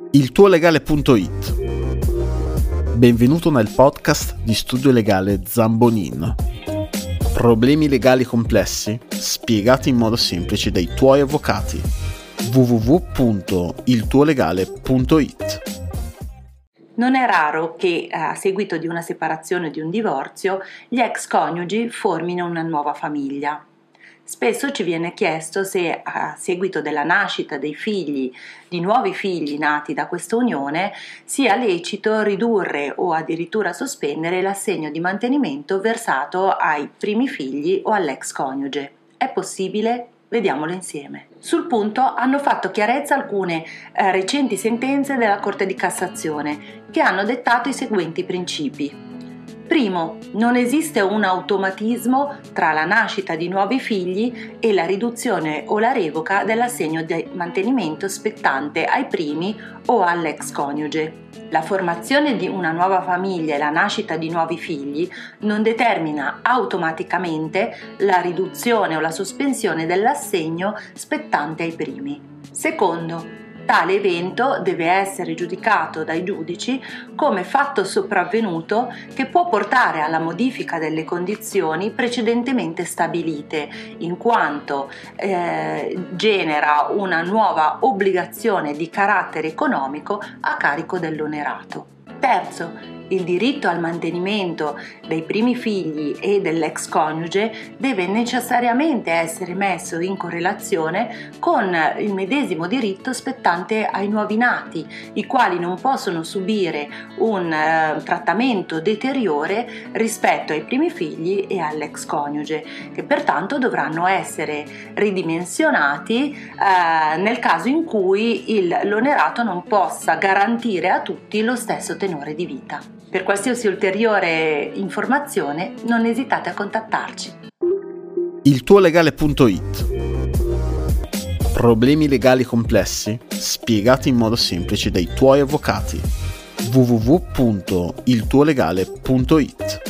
iltuolegale.it. Benvenuto nel podcast di studio legale Zambonin. Problemi legali complessi spiegati in modo semplice dai tuoi avvocati. www.iltuolegale.it. Non è raro che a seguito di una separazione o di un divorzio gli ex coniugi formino una nuova famiglia. Spesso ci viene chiesto se a seguito della nascita dei figli, di nuovi figli nati da questa unione, sia lecito ridurre o addirittura sospendere l'assegno di mantenimento versato ai primi figli o all'ex coniuge. È possibile? Vediamolo insieme. Sul punto hanno fatto chiarezza alcune recenti sentenze della Corte di Cassazione che hanno dettato i seguenti principi. Primo, non esiste un automatismo tra la nascita di nuovi figli e la riduzione o la revoca dell'assegno di mantenimento spettante ai primi o all'ex coniuge. La formazione di una nuova famiglia e la nascita di nuovi figli non determina automaticamente la riduzione o la sospensione dell'assegno spettante ai primi. Secondo, tale evento deve essere giudicato dai giudici come fatto sopravvenuto che può portare alla modifica delle condizioni precedentemente stabilite, in quanto genera una nuova obbligazione di carattere economico a carico dell'onerato. Terzo, il diritto al mantenimento dei primi figli e dell'ex coniuge deve necessariamente essere messo in correlazione con il medesimo diritto spettante ai nuovi nati, i quali non possono subire un trattamento deteriore rispetto ai primi figli e all'ex coniuge, che pertanto dovranno essere ridimensionati nel caso in cui l'onerato non possa garantire a tutti lo stesso tenore di vita. Per qualsiasi ulteriore informazione non esitate a contattarci. iltuolegale.it. Problemi legali complessi spiegati in modo semplice dai tuoi avvocati. www.iltuolegale.it.